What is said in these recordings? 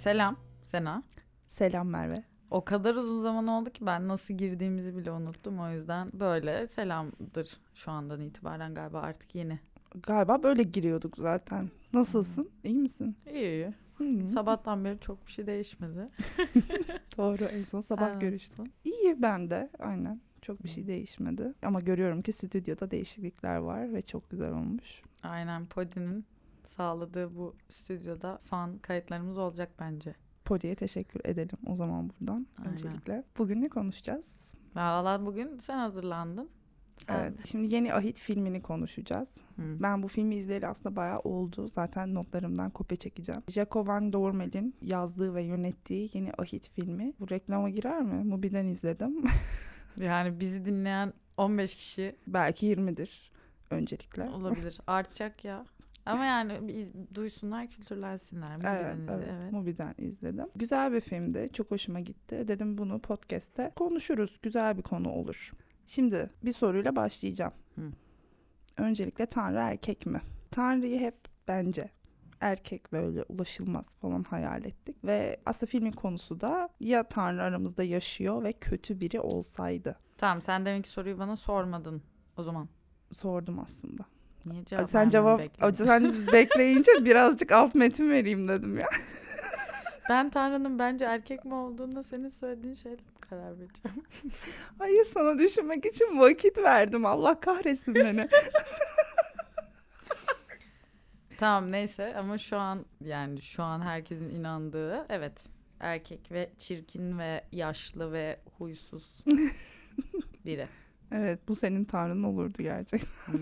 Selam Sena. Selam Merve. O kadar uzun zaman oldu ki ben nasıl girdiğimizi bile unuttum. O yüzden böyle selamdır şu andan itibaren galiba artık yeni. Galiba böyle giriyorduk zaten. Nasılsın? İyi misin? İyi. Sabahtan beri çok bir şey değişmedi. Doğru, en son sabah Sen görüştük. nasılsın? İyi ben de, aynen. Çok bir şey değişmedi. Ama görüyorum ki stüdyoda değişiklikler var ve çok güzel olmuş. Aynen, Podi'nin sağladığı bu stüdyoda fan kayıtlarımız olacak bence. Podi'ye teşekkür edelim o zaman buradan öncelikle. Bugün ne konuşacağız? Valla bugün sen hazırlandın. Evet. Şimdi Yeni Ahit filmini konuşacağız. Ben bu filmi izleyeli aslında bayağı oldu. Zaten notlarımdan kopya çekeceğim. Jaco Van Dormel'in yazdığı ve yönettiği Yeni Ahit filmi. Bu reklama girer mi? Mubi'den izledim. Yani bizi dinleyen 15 kişi Belki 20'dir öncelikle. olabilir. Artacak ya. Ama yani duysunlar, kültürlensinler. Evet. Mubi'den izledim. Güzel bir filmdi. Çok hoşuma gitti. Dedim bunu podcast'te konuşuruz. Güzel bir konu olur. Şimdi bir soruyla başlayacağım. Öncelikle Tanrı erkek mi? Tanrı'yı hep bence erkek, böyle ulaşılmaz falan hayal ettik. Ve aslında filmin konusu da ya Tanrı aramızda yaşıyor ve kötü biri olsaydı. Tamam, sen deminki soruyu bana sormadın o zaman. Sordum aslında. Niye cevap Sen bekleyince birazcık alt metin vereyim dedim ya. Ben Tanrı'nın bence erkek mi olduğuna senin söylediğin şeyle karar vereceğim. Hayır, sana düşünmek için vakit verdim. Allah kahretsin beni. Tamam, neyse, ama şu an herkesin inandığı, evet, erkek ve çirkin ve yaşlı ve huysuz biri. Evet, bu senin Tanrın olurdu gerçekten.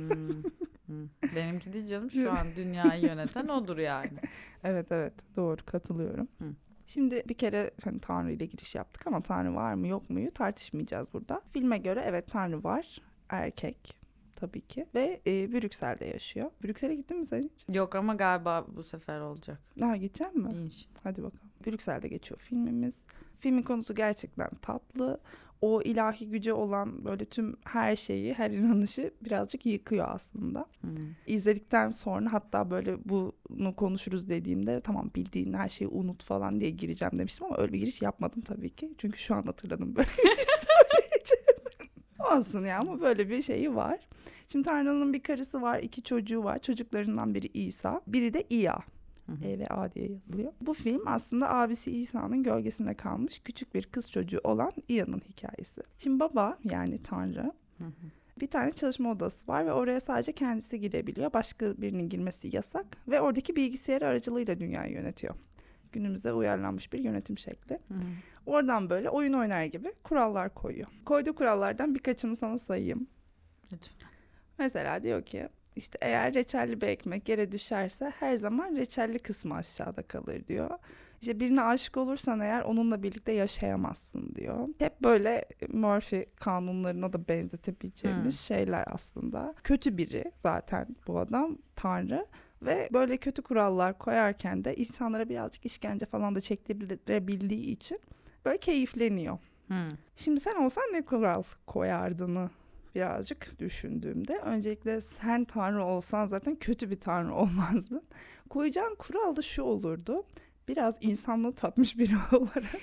Benimki değil canım, şu an dünyayı yöneten odur yani. Evet, doğru, katılıyorum. Şimdi bir kere Tanrı ile giriş yaptık ama Tanrı var mı yok muyu tartışmayacağız burada. Filme göre evet Tanrı var, erkek tabii ki ve Brüksel'de yaşıyor. Brüksel'e gittin mi sen hiç? Yok, ama galiba bu sefer olacak. Gidecek mi? İnş. Hadi bakalım. Brüksel'de geçiyor filmimiz. Filmin konusu gerçekten tatlı. O ilahi gücü olan böyle tüm her şeyi, her inanışı birazcık yıkıyor aslında. İzledikten sonra hatta böyle bunu konuşuruz dediğimde tamam bildiğin her şeyi unut falan diye gireceğim demiştim ama öyle bir giriş yapmadım tabii ki. Çünkü şu an hatırladım böyle bir şey söyleyeceğim. Olsun ya, ama böyle bir şeyi var. Şimdi Tanrı'nın bir karısı var, 2 çocuğu var. Çocuklarından biri İsa, biri de İya. E ve A diye yazılıyor. Bu film aslında abisi İsa'nın gölgesinde kalmış küçük bir kız çocuğu olan İya'nın hikayesi. Şimdi baba, yani Tanrı, bir tane çalışma odası var ve oraya sadece kendisi girebiliyor. Başka birinin girmesi yasak ve oradaki bilgisayar aracılığıyla dünyayı yönetiyor. Günümüzde uyarlanmış bir yönetim şekli. Oradan böyle oyun oynar gibi kurallar koyuyor. Koyduğu kurallardan birkaçını sana sayayım. Lütfen. Mesela diyor ki, İşte eğer reçelli bir ekmek yere düşerse her zaman reçelli kısmı aşağıda kalır diyor. İşte birine aşık olursan eğer onunla birlikte yaşayamazsın diyor. Hep böyle Murphy kanunlarına da benzetebileceğimiz şeyler aslında. Kötü biri zaten bu adam, Tanrı. Ve böyle kötü kurallar koyarken de insanlara birazcık işkence falan da çektirebildiği için böyle keyifleniyor. Şimdi sen olsan ne kural koyardığını birazcık düşündüğümde, öncelikle sen Tanrı olsan zaten kötü bir Tanrı olmazdın. Koyacağın kural da şu olurdu: biraz insanlığı tatmış biri olarak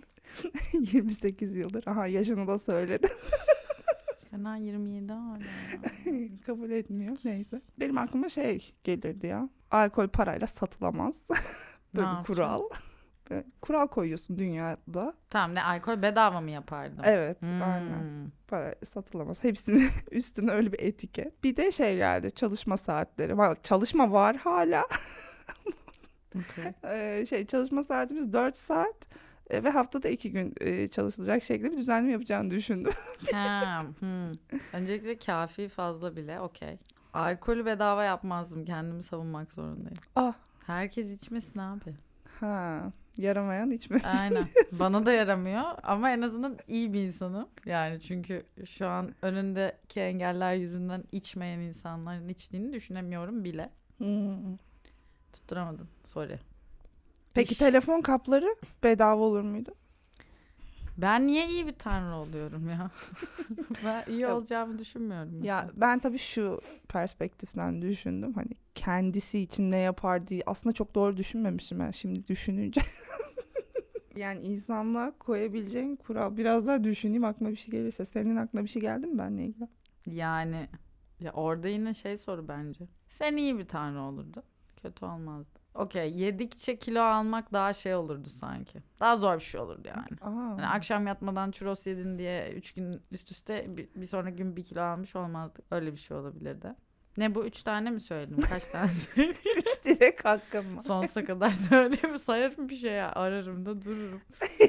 28 yıldır, yaşını da söyledim. Sena 27 hala. Kabul etmiyor, neyse. Benim aklıma gelirdi ya, alkol parayla satılamaz. Böyle bir kural. Kural koyuyorsun dünyada. Tamam, ne, alkol bedava mı yapardım? Evet, aynen. Para satılamaz. Hepsinin üstüne öyle bir etiket. Bir de geldi, çalışma saatleri. Çalışma var hala. Okay. Çalışma saatimiz 4 saat ve haftada 2 gün çalışılacak şekilde bir düzenleme yapacağını düşündüm. Öncelikle kafi, fazla bile okey. Alkolü bedava yapmazdım. Kendimi savunmak zorundayım. Herkes içmesin abi. Yaramayan içmesin. Aynen. Bana da yaramıyor ama en azından iyi bir insanım. Yani çünkü şu an önündeki engeller yüzünden içmeyen insanların içtiğini düşünemiyorum bile. Tutturamadın. Sorry. Peki telefon kapları bedava olur muydu? Ben niye iyi bir tanrı oluyorum ya? Ben iyi olacağımı düşünmüyorum. Ya ben tabii şu perspektiften düşündüm. Hani kendisi için ne yapar diye. Aslında çok doğru düşünmemişim ben şimdi düşününce. Yani insanlığa koyabileceğin kural. Biraz daha düşüneyim, aklıma bir şey gelirse. Senin aklına bir şey geldi mi benimle ilgili? Yani ya orada yine soru bence. Sen iyi bir tanrı olurdun. Kötü olmazdı. Okey, yedikçe kilo almak daha olurdu sanki. Daha zor bir şey olurdu yani. Hani akşam yatmadan churros yedin diye 3 gün üst üste bir sonraki gün 1 kilo almış olmazdık. Öyle bir şey olabilirdi. Ne bu 3 tane mi söyledim? Kaç tane söyledim? 3 direkt hakkım var. Sonsuza kadar söyleyeyim. Sayarım bir şeye. Ararım da dururum.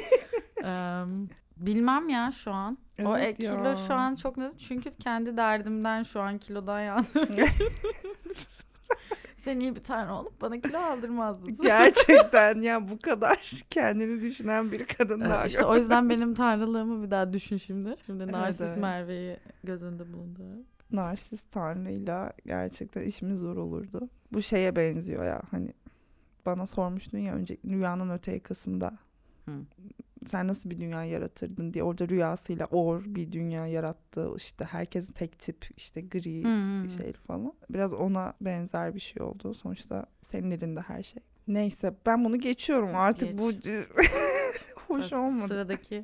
Bilmem ya şu an. Evet Kilo şu an çok net. Çünkü kendi derdimden şu an kilodan yandım. Sen iyi bir tane olup bana kilo aldırmazdın. Gerçekten ya, bu kadar kendini düşünen bir kadın daha İşte o yüzden benim tanrılığımı bir daha düşün şimdi. Şimdi Evet, narsist evet. Merve'yi göz önünde bulundurarak. Narsist tanrıyla gerçekten işimiz zor olurdu. Bu şeye benziyor ya, hani bana sormuştun ya önce, rüyanın öte yakasında. Sen nasıl bir dünya yaratırdın diye, orada rüyasıyla bir dünya yarattı, işte herkes tek tip, işte gri şey falan. Biraz ona benzer bir şey oldu. Sonuçta senin elinde her şey. Neyse, ben bunu geçiyorum artık. Bu hoş olmadı. Sıradaki.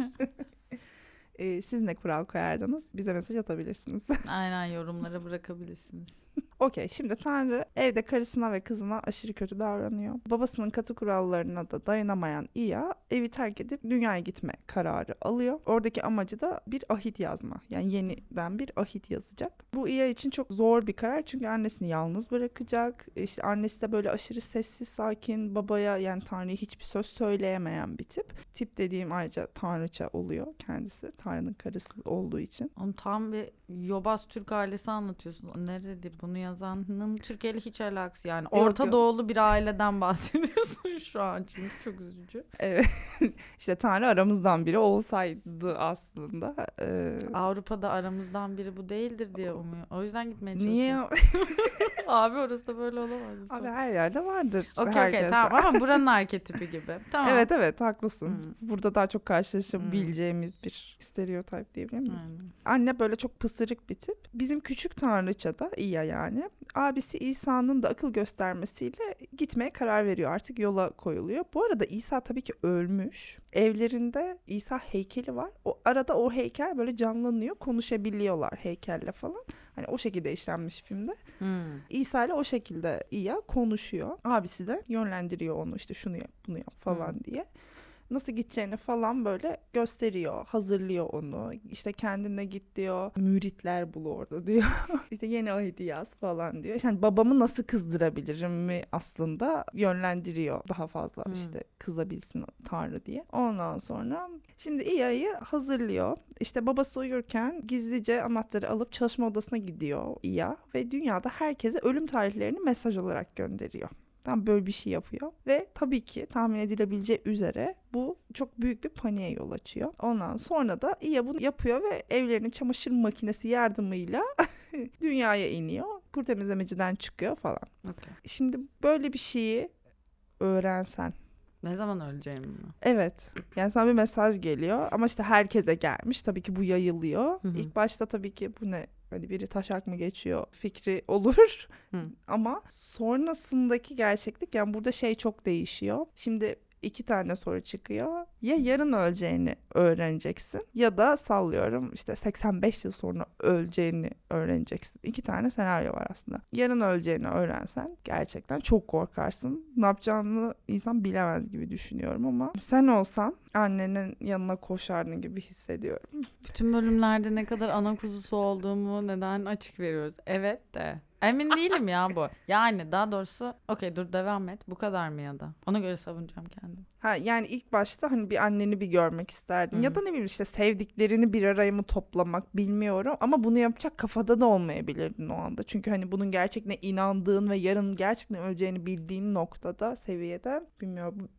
Siz ne kural koyardınız? Bize mesaj atabilirsiniz. Aynen, yorumlara bırakabilirsiniz. Okey, şimdi Tanrı evde karısına ve kızına aşırı kötü davranıyor. Babasının katı kurallarına da dayanamayan İya evi terk edip dünyaya gitme kararı alıyor. Oradaki amacı da bir ahit yazma. Yani yeniden bir ahit yazacak. Bu İya için çok zor bir karar, çünkü annesini yalnız bırakacak. İşte annesi de böyle aşırı sessiz, sakin, babaya yani Tanrı'ya hiçbir söz söyleyemeyen bir tip. Tip dediğim ayrıca tanrıça oluyor kendisi. Tanrı'nın karısı olduğu için. Onu tam bir yobaz Türk ailesi anlatıyorsun. Nerede bunu yazanın Türkiye'yle hiç alakası yani. Orta yok. Doğulu bir aileden bahsediyorsun şu an, çünkü çok üzücü. Evet. İşte Tanrı aramızdan biri olsaydı aslında. Avrupa'da aramızdan biri bu değildir diye umuyor. O yüzden gitmeye çalışıyorum. Niye? Abi orası da böyle olamaz. Abi her yerde vardır. Okey tamam, ama buranın arketipi gibi. Tamam. Evet haklısın. Burada daha çok karşılaşabileceğimiz bir stereotip diyebilir miyiz? Anne böyle çok pısırık bir tip. Bizim küçük tanrıça da İya yani. Abisi İsa'nın da akıl göstermesiyle gitmeye karar veriyor. Artık yola koyuluyor. Bu arada İsa tabii ki ölmüş. Evlerinde İsa heykeli var. O arada o heykel böyle canlanıyor. Konuşabiliyorlar heykelle falan. Hani o şekilde işlenmiş filmde. İsa ile o şekilde İya konuşuyor. Abisi de yönlendiriyor onu, işte şunu yap bunu yap falan diye. Nasıl gideceğini falan böyle gösteriyor, hazırlıyor onu. İşte kendine git diyor, müritler bul orada diyor. İşte yeni ahidi yaz falan diyor. Yani babamı nasıl kızdırabilirim mi aslında yönlendiriyor daha fazla, işte kızabilsin Tanrı diye. Ondan sonra şimdi İya'yı hazırlıyor. İşte babası uyurken gizlice anahtarı alıp çalışma odasına gidiyor İya ve dünyada herkese ölüm tarihlerini mesaj olarak gönderiyor. Tam böyle bir şey yapıyor ve tabii ki tahmin edilebileceği üzere bu çok büyük bir paniğe yol açıyor. Ondan sonra da İya bunu yapıyor ve evlerinin çamaşır makinesi yardımıyla dünyaya iniyor. Kuru temizlemeciden çıkıyor falan. Okay. Şimdi böyle bir şeyi öğrensen. Ne zaman öleceğim mi? Evet. Yani sana bir mesaj geliyor ama işte herkese gelmiş. Tabii ki bu yayılıyor. İlk başta tabii ki bu ne? Hani biri taşak mı geçiyor fikri olur. Ama sonrasındaki gerçeklik, yani burada çok değişiyor. Şimdi 2 tane soru çıkıyor. Ya yarın öleceğini öğreneceksin ya da sallıyorum işte 85 yıl sonra öleceğini öğreneceksin. 2 tane senaryo var aslında. Yarın öleceğini öğrensen gerçekten çok korkarsın. Ne yapacağını insan bilemez gibi düşünüyorum ama sen olsan annenin yanına koşardın gibi hissediyorum. Bütün bölümlerde ne kadar ana kuzusu olduğumu neden açık veriyoruz? Evet de. Emin değilim ya bu. Yani daha doğrusu okey, dur devam et. Bu kadar mı ya da? Ona göre savunacağım kendimi. Yani ilk başta hani bir anneni bir görmek isterdin. Ya da ne bileyim işte sevdiklerini bir araya mı toplamak, bilmiyorum. Ama bunu yapacak kafada da olmayabilirdin o anda. Çünkü hani bunun gerçekten inandığın ve yarın gerçekten öleceğini bildiğin noktada, seviyede, bilmiyorum.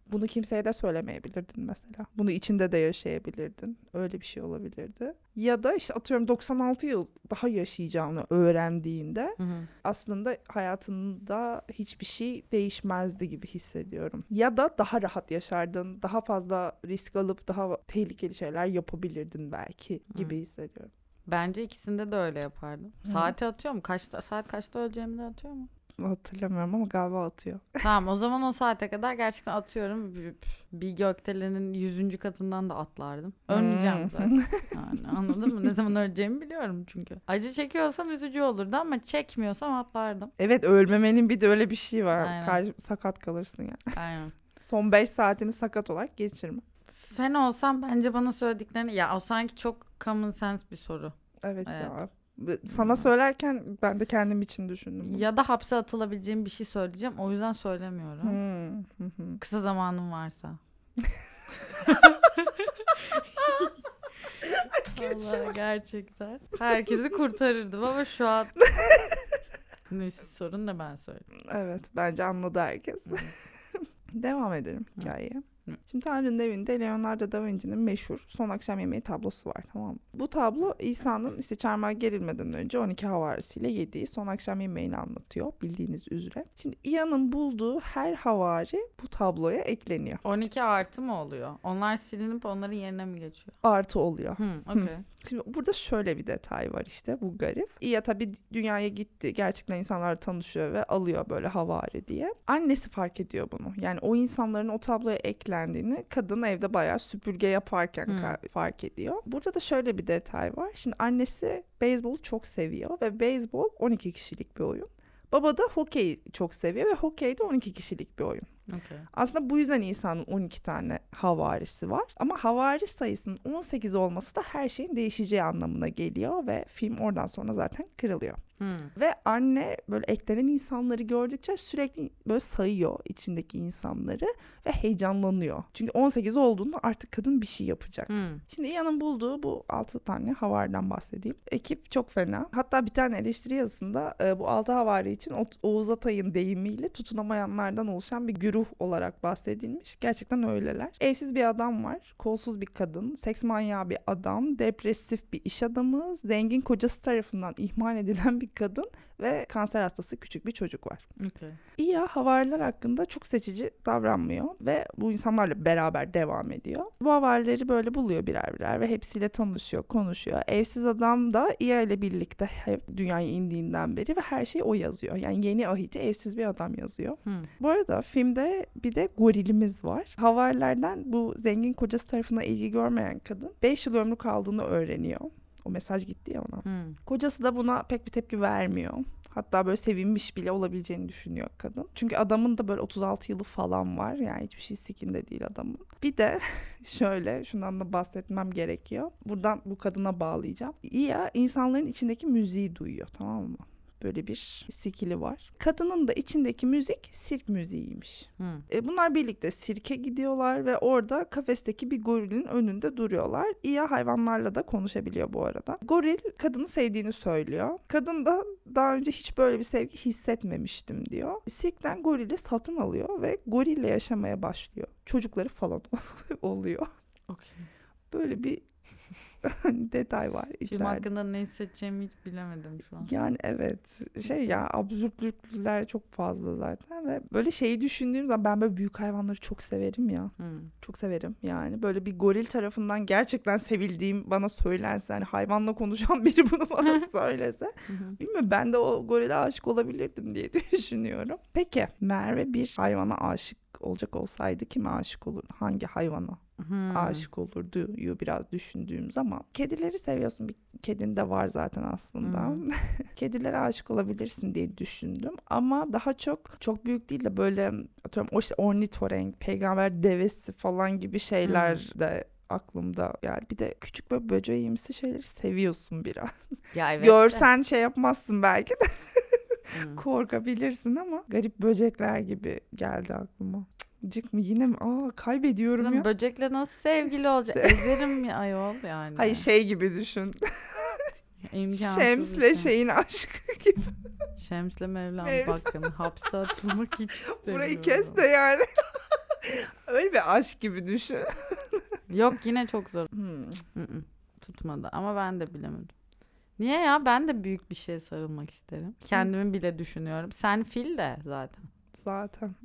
Bunu kimseye de söylemeyebilirdin mesela. Bunu içinde de yaşayabilirdin. Öyle bir şey olabilirdi. Ya da işte atıyorum 96 yıl daha yaşayacağını öğrendiğinde aslında hayatında hiçbir şey değişmezdi gibi hissediyorum. Ya da daha rahat yaşardın, daha fazla risk alıp daha tehlikeli şeyler yapabilirdin belki gibi hissediyorum. Bence ikisinde de öyle yapardım. Saati atıyor mu? Saat kaçta öleceğimi de atıyor mu? Hatırlamıyorum ama galiba atıyor. Tamam, o zaman o saate kadar gerçekten atıyorum. Bir gökdelenin 100. katından da atlardım. Ölmeyeceğim zaten. Yani anladın mı? Ne zaman öleceğimi biliyorum çünkü. Acı çekiyorsam üzücü olurdu ama çekmiyorsam atlardım. Evet, ölmemenin bir de öyle bir şey var. Aynen. Sakat kalırsın yani. Aynen. Son 5 saatini sakat olarak geçirme. Sen olsan bence bana söylediklerini... Ya o sanki çok common sense bir soru. Evet. Ya. Sana söylerken ben de kendim için düşündüm bunu. Ya da hapse atılabileceğim bir şey söyleyeceğim. O yüzden söylemiyorum. Kısa zamanım varsa. Allah, gerçekten. Herkesi kurtarırdım ama şu an... Neyse, sorun da ben söyleyeyim. Evet, bence anladı herkes. Devam edelim hikayeye. Şimdi Tanrı'nın evinde Leonardo da Vinci'nin meşhur Son Akşam Yemeği tablosu var, tamam mı? Bu tablo İsa'nın işte çarmıha gerilmeden önce 12 havarisiyle yediği son akşam yemeğini anlatıyor, bildiğiniz üzere. Şimdi İa'nın bulduğu her havari bu tabloya ekleniyor. 12 artı mı oluyor? Onlar silinip onların yerine mi geçiyor? Artı oluyor. Okay. Şimdi burada şöyle bir detay var, işte bu garip. İya tabii dünyaya gitti. Gerçekten insanlarla tanışıyor ve alıyor böyle havari diye. Annesi fark ediyor bunu. Yani o insanların o tabloya eklendiğini kadın evde bayağı süpürge yaparken fark ediyor. Burada da şöyle bir detay var. Şimdi annesi beyzbolu çok seviyor ve beyzbol 12 kişilik bir oyun. Baba da hokeyi çok seviyor ve hokey de 12 kişilik bir oyun. Okay. Aslında bu yüzden İsa'nın 12 tane havarisi var. Ama havari sayısının 18 olması da her şeyin değişeceği anlamına geliyor ve film oradan sonra zaten kırılıyor. Ve anne böyle eklenen insanları gördükçe sürekli böyle sayıyor içindeki insanları ve heyecanlanıyor. Çünkü 18 olduğunda artık kadın bir şey yapacak. Şimdi İa'nın bulduğu bu 6 tane havariden bahsedeyim. Ekip çok fena. Hatta bir tane eleştiri yazısında bu 6 havari için Oğuz Atay'ın deyimiyle tutunamayanlardan oluşan bir güruh olarak bahsedilmiş. Gerçekten öyleler. Evsiz bir adam var, kolsuz bir kadın, seks manyağı bir adam, depresif bir iş adamı, zengin kocası tarafından ihmal edilen bir kadın ve kanser hastası küçük bir çocuk var. Okay. İya havariler hakkında çok seçici davranmıyor ve bu insanlarla beraber devam ediyor. Bu havarileri böyle buluyor birer birer ve hepsiyle tanışıyor, konuşuyor. Evsiz adam da İya ile birlikte hep dünyaya indiğinden beri ve her şeyi o yazıyor. Yani yeni ahiti evsiz bir adam yazıyor. Bu arada filmde bir de gorilimiz var. Havarilerden bu zengin kocası tarafına ilgi görmeyen kadın 5 yıl ömrü kaldığını öğreniyor. O mesaj gitti ya ona. Kocası da buna pek bir tepki vermiyor. Hatta böyle sevinmiş bile olabileceğini düşünüyor kadın. Çünkü adamın da böyle 36 yılı falan var. Yani hiçbir şey sikinde değil adamın. Bir de şöyle, şundan da bahsetmem gerekiyor. Buradan bu kadına bağlayacağım. İya insanların içindeki müziği duyuyor, tamam mı? Böyle bir skill'i var. Kadının da içindeki müzik sirk müziğiymiş. Bunlar birlikte sirke gidiyorlar ve orada kafesteki bir gorilin önünde duruyorlar. İya hayvanlarla da konuşabiliyor bu arada. Goril kadını sevdiğini söylüyor. Kadın da daha önce hiç böyle bir sevgi hissetmemiştim diyor. Sirkten gorili satın alıyor ve gorille yaşamaya başlıyor. Çocukları falan oluyor. Okay. Böyle bir detay var içeride. Film hakkında ne hissedeceğimi hiç bilemedim şu an. Yani evet, ya absürtlükler çok fazla zaten ve böyle şeyi düşündüğüm zaman ben böyle büyük hayvanları çok severim ya. Çok severim yani. Böyle bir goril tarafından gerçekten sevildiğim bana söylense, hani hayvanla konuşan biri bunu bana söylese, bilmiyorum, ben de o gorile aşık olabilirdim diye düşünüyorum. Peki Merve bir hayvana aşık olacak olsaydı kime aşık olur? Hangi hayvana aşık olurdu biraz düşündüğüm zaman. Kedileri seviyorsun. Bir kedin de var zaten aslında. Kedilere aşık olabilirsin diye düşündüm. Ama daha çok büyük değil de böyle atıyorum o işte ornitorenk, peygamber devesi falan gibi şeyler de aklımda. Yani bir de küçük böyle böceğimsi şeyleri seviyorsun biraz. Ya evet. Görsen şey yapmazsın belki de. Korkabilirsin ama garip böcekler gibi geldi aklıma. Cık mı yine mi? Kaybediyorum ya. Böcekle nasıl sevgili olacak? Ezerim ya ayol yani. Hayır, şey gibi düşün. İmkansız. Şems'le şeyin aşkı gibi. Şems'le Mevlam bakın hapse atılmak hiç istemiyorum. Burayı kes de yani. Öyle bir aşk gibi düşün. Yok yine çok zor. Tutmadı ama ben de bilemedim. Niye ya? Ben de büyük bir şeye sarılmak isterim. Kendimi bile düşünüyorum. Sen fil de zaten. Zaten.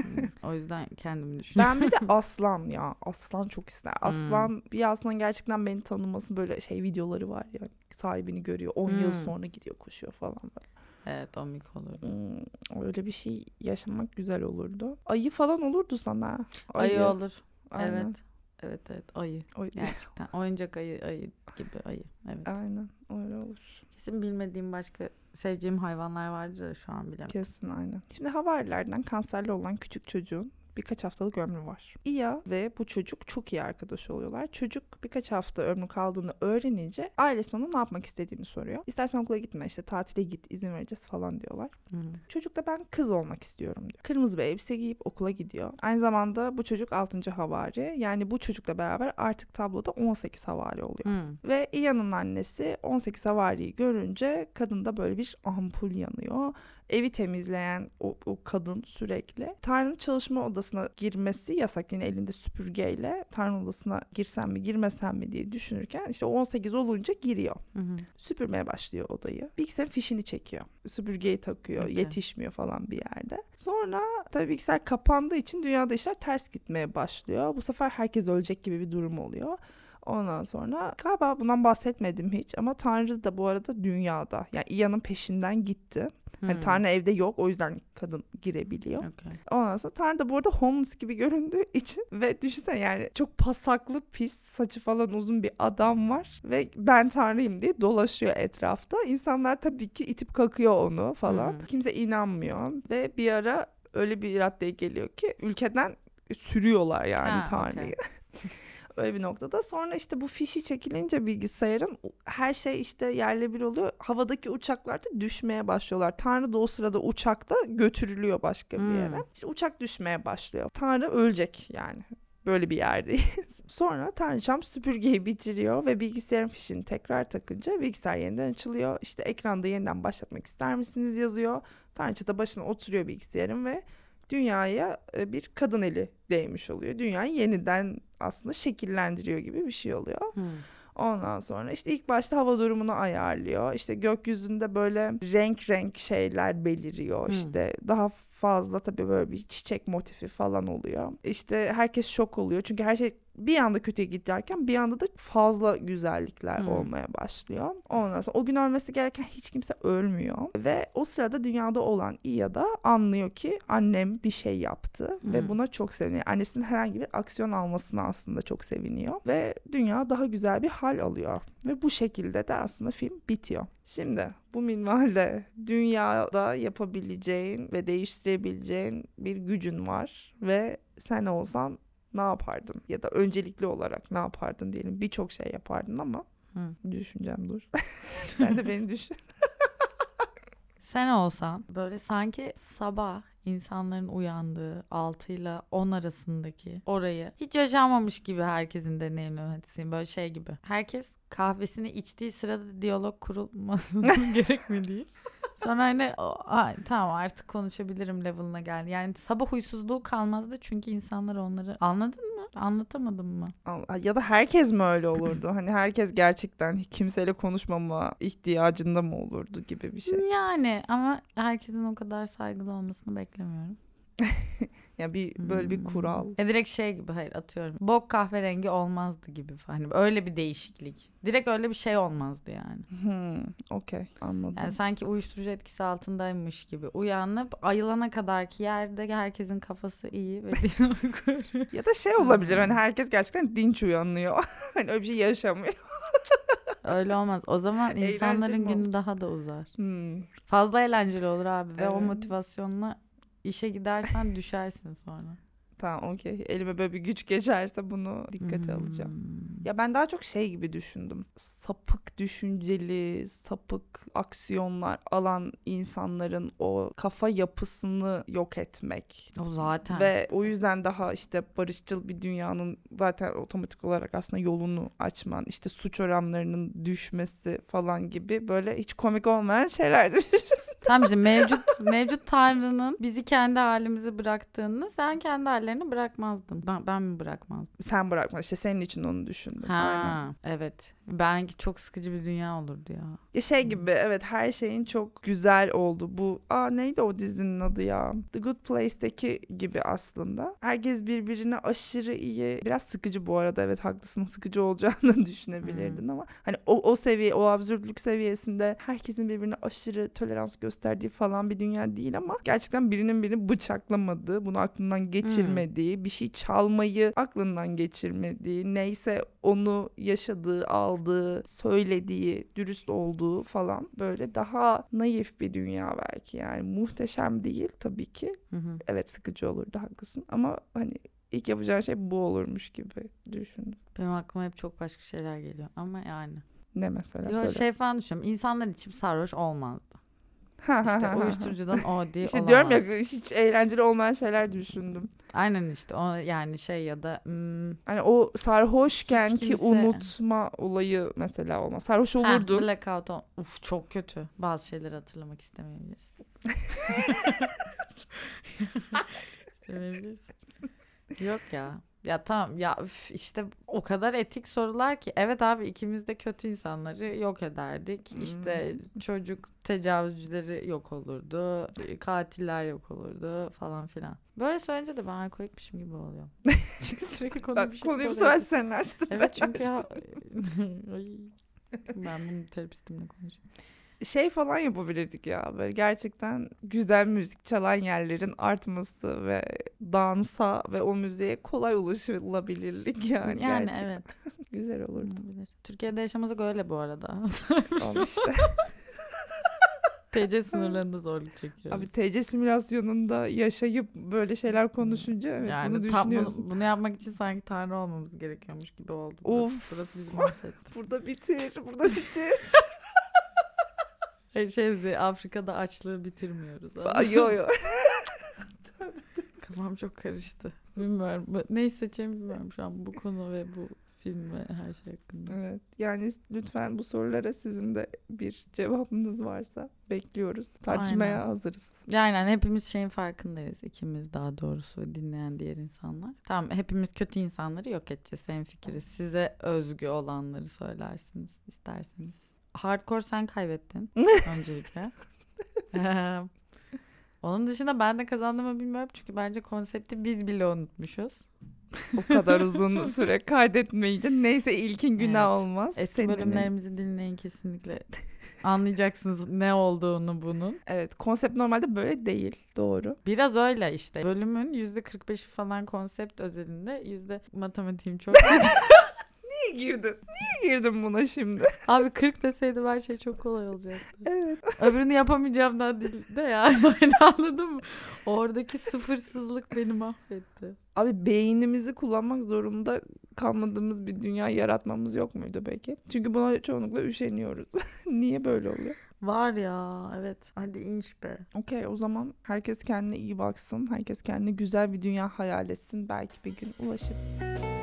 O yüzden kendimi düşünüyorum. Ben bir de aslan ya. Aslan çok ister. Aslan bir aslan gerçekten beni tanıması, böyle videoları var ya. Sahibini görüyor. 10 yıl sonra gidiyor koşuyor falan böyle. Evet, o mik olurdu. Öyle bir şey yaşamak güzel olurdu. Ayı falan olurdu sana. Ayı olur. Aynen. Evet ayı. Gerçekten oyuncak ayı gibi ayı. Evet. Aynen öyle olur. Kesin bilmediğim başka seveceğim hayvanlar vardır da şu an bilemedim. Kesin aynen. Şimdi havarilerden kanserli olan küçük çocuğun birkaç haftalık ömrü var. İya ve bu çocuk çok iyi arkadaş oluyorlar. Çocuk birkaç hafta ömrü kaldığını öğrenince ailesi ona ne yapmak istediğini soruyor. İstersen okula gitme, işte tatile git, izin vereceğiz falan diyorlar. Çocuk da ben kız olmak istiyorum diyor. Kırmızı bir elbise giyip okula gidiyor. Aynı zamanda bu çocuk 6. havari. Yani bu çocukla beraber artık tabloda 18 havari oluyor. Ve İya'nın annesi 18 havariyi görünce kadında böyle bir ampul yanıyor. Evi temizleyen o kadın sürekli Tanrı'nın çalışma odasına girmesi yasak, yine elinde süpürgeyle. Tanrı odasına girsem mi girmesem mi diye düşünürken işte 18 olunca giriyor. Süpürmeye başlıyor odayı. Bilgisayarın fişini çekiyor. Süpürgeyi takıyor. Yetişmiyor falan bir yerde. Sonra tabii bilgisayar kapandığı için dünyada işler ters gitmeye başlıyor. Bu sefer herkes ölecek gibi bir durum oluyor. Ondan sonra galiba bundan bahsetmedim hiç ama Tanrı da bu arada dünyada. Yani İya'nın peşinden gitti. Hani Tanrı evde yok, o yüzden kadın girebiliyor. Ondan sonra Tanrı da bu arada homeless gibi göründüğü için ve düşünsene yani çok pasaklı, pis, saçı falan uzun bir adam var ve ben Tanrıyım diye dolaşıyor etrafta. İnsanlar tabii ki itip kakıyor onu falan. Kimse inanmıyor ve bir ara öyle bir raddeye geliyor ki ülkeden sürüyorlar yani Tanrı'yı. Öyle bir noktada. Sonra işte bu fişi çekilince bilgisayarın her şey işte yerle bir oluyor. Havadaki uçaklar da düşmeye başlıyorlar. Tanrı da o sırada uçakta götürülüyor başka bir yere. İşte uçak düşmeye başlıyor. Tanrı ölecek yani. Böyle bir yerdeyiz. Sonra Tanrıçam süpürgeyi bitiriyor ve bilgisayarın fişini tekrar takınca bilgisayar yeniden açılıyor. İşte ekranda yeniden başlatmak ister misiniz yazıyor. Tanrıça da başına oturuyor bilgisayarın ve dünyaya bir kadın eli değmiş oluyor. Dünyayı yeniden aslında şekillendiriyor gibi bir şey oluyor. Ondan sonra işte ilk başta hava durumunu ayarlıyor. İşte gökyüzünde böyle renk şeyler beliriyor. İşte daha fazla tabii böyle bir çiçek motifi falan oluyor. İşte herkes şok oluyor. Çünkü her şey bir anda kötüye giderken bir anda da fazla güzellikler olmaya başlıyor. Ondan sonra o gün ölmesi gereken hiç kimse ölmüyor. Ve o sırada dünyada olan İya da anlıyor ki annem bir şey yaptı. Ve buna çok seviniyor. Annesinin herhangi bir aksiyon almasına aslında çok seviniyor. Ve dünya daha güzel bir hal alıyor. Ve bu şekilde de aslında film bitiyor. Şimdi bu minvalde dünyada yapabileceğin ve değiştirebileceğin bir gücün var. Ve sen olsan ne yapardın? Ya da öncelikli olarak ne yapardın diyelim. Birçok şey yapardın ama düşüneceğim dur. Sen de beni düşün. Sen olsan böyle sanki sabah insanların uyandığı 6 ile 10 arasındaki orayı hiç yaşanmamış gibi herkesin deneyimlemesini, böyle şey gibi. Herkes kahvesini içtiği sırada diyalog kurulması gerekmediği. Sonra hani tamam artık konuşabilirim level'ına geldi. Yani sabah huysuzluğu kalmazdı çünkü insanlar onları anladın mı? Anlatamadım mı? Ya da herkes mi öyle olurdu? Hani herkes gerçekten kimseyle konuşmama ihtiyacında mı olurdu gibi bir şey. Yani ama herkesin o kadar saygılı olmasını beklemiyorum. Ya böyle bir kural. Direkt şey gibi, hayır atıyorum. Bok kahverengi olmazdı gibi falan. Hani öyle bir değişiklik. Direkt öyle bir şey olmazdı yani. Okey, anladım. Yani sanki uyuşturucu etkisi altındaymış gibi. Uyanıp ayılana kadarki yerde herkesin kafası iyi ve ya da şey olabilir hani herkes gerçekten dinç uyanıyor. Hani öyle bir şey yaşamıyor. Öyle olmaz. O zaman insanların günü daha da uzar. Fazla eğlenceli olur abi ve o motivasyonla işe gidersen düşersin sonra. Tamam, okey. Elime böyle bir güç geçerse bunu dikkate alacağım. Ya ben daha çok şey gibi düşündüm. Sapık düşünceli, sapık aksiyonlar alan insanların o kafa yapısını yok etmek. O zaten. Ve o yüzden daha işte barışçıl bir dünyanın zaten otomatik olarak aslında yolunu açman, işte suç oranlarının düşmesi falan gibi böyle hiç komik olmayan şeyler Tamam işte mevcut Tanrı'nın bizi kendi halimize bıraktığını sen kendi hallerini bırakmazdın. Ben mi bırakmazdım? Sen bırakma işte, senin için onu düşündüm. Aynen. Evet. Belki çok sıkıcı bir dünya olurdu ya. Şey gibi, evet, her şeyin çok güzel oldu. Bu neydi o dizinin adı ya? The Good Place'teki gibi aslında. Herkes birbirine aşırı iyi. Biraz sıkıcı bu arada, evet haklısın, sıkıcı olacağını düşünebilirdin ama hani o seviye, o absürtlük seviyesinde herkesin birbirine aşırı tolerans gösterdiği falan bir dünya değil ama gerçekten birinin birini bıçaklamadığı, bunu aklından geçirmediği, bir şey çalmayı aklından geçirmediği, neyse onu yaşadığı, aldığı, söylediği, dürüst olduğu falan, böyle daha naif bir dünya belki. Yani muhteşem değil tabii ki. Evet sıkıcı olurdu, haklısın ama hani ilk yapacağın şey bu olurmuş gibi düşündüm. Benim aklıma hep çok başka şeyler geliyor ama yani. Ne mesela? Yo, şey falan düşünüyorum. İnsanlar içip sarhoş olmazdı. İşte uyuşturucudan o diye İşte olamaz. diyorum ya, hiç eğlenceli olmayan şeyler düşündüm. Aynen işte o yani şey ya da hani o sarhoşken ki kimse... unutma olayı mesela olmaz. Sarhoş olurdun. Blackout uf çok kötü. Bazı şeyleri hatırlamak istemeyebiliriz. İstemeyebiliriz. Yok ya. Ya tamam ya işte o kadar etik sorular ki. Evet abi, ikimiz de kötü insanları yok ederdik. İşte çocuk tecavüzcüleri yok olurdu. Katiller yok olurdu falan filan. Böyle söyleyince de ben alkolikmişim gibi oluyorum. Çünkü sürekli konu bir şey. Konuyu bu sefer sen açtın. Evet çünkü ya ben bunu terapistimle konuşuyorum. Şey falan yapabilirdik ya, böyle gerçekten güzel müzik çalan yerlerin artması ve dansa ve o müziğe kolay ulaşılabilirlik yani gerçekten. Evet. Güzel olurdu. Türkiye'de yaşamasak öyle bu arada. Al işte. TC sınırlarında zorluk çekiyoruz. Abi TC simülasyonunda yaşayıp böyle şeyler konuşunca evet yani bunu düşünüyorsun. Bunu yapmak için sanki Tanrı olmamız gerekiyormuş gibi oldu. Burası bizi mahvetti. Burada bitir. Afrika'da açlığı bitirmiyoruz. Yo. Kafam çok karıştı. Bilmiyorum. Neyi seçeceğimi bilmiyorum şu an bu konu ve bu film ve her şey hakkında. Evet. Yani lütfen bu sorulara sizin de bir cevabınız varsa bekliyoruz. Tartışmaya hazırız. Yani hepimiz şeyin farkındayız. İkimiz daha doğrusu, dinleyen diğer insanlar. Tamam, hepimiz kötü insanları yok edeceğiz. Hemfikiriz. Size özgü olanları söylersiniz isterseniz. Hardcore sen kaybettin öncelikle. Onun dışında ben de kazandığımı bilmiyorum. Çünkü bence konsepti biz bile unutmuşuz. O kadar uzun süre kaydetmeyince neyse ilkin günah olmaz. Eski bölümlerimizi dinleyin kesinlikle. Anlayacaksınız ne olduğunu bunun. Evet, konsept normalde böyle değil, doğru. Biraz öyle işte. Bölümün %45'i falan konsept özelinde, matematiğim çok Niye girdin buna şimdi? Abi 40 deseydim her şey çok kolay olacaktı. Evet. Öbürünü yapamayacağımdan değil de yani anladın mı? Oradaki sıfırsızlık beni mahvetti. Abi beynimizi kullanmak zorunda kalmadığımız bir dünya yaratmamız yok muydu peki? Çünkü buna çoğunlukla üşeniyoruz. Niye böyle oluyor? Var ya, evet. Hadi inş be. Okey, o zaman herkes kendine iyi baksın. Herkes kendine güzel bir dünya hayal etsin. Belki bir gün ulaşırız.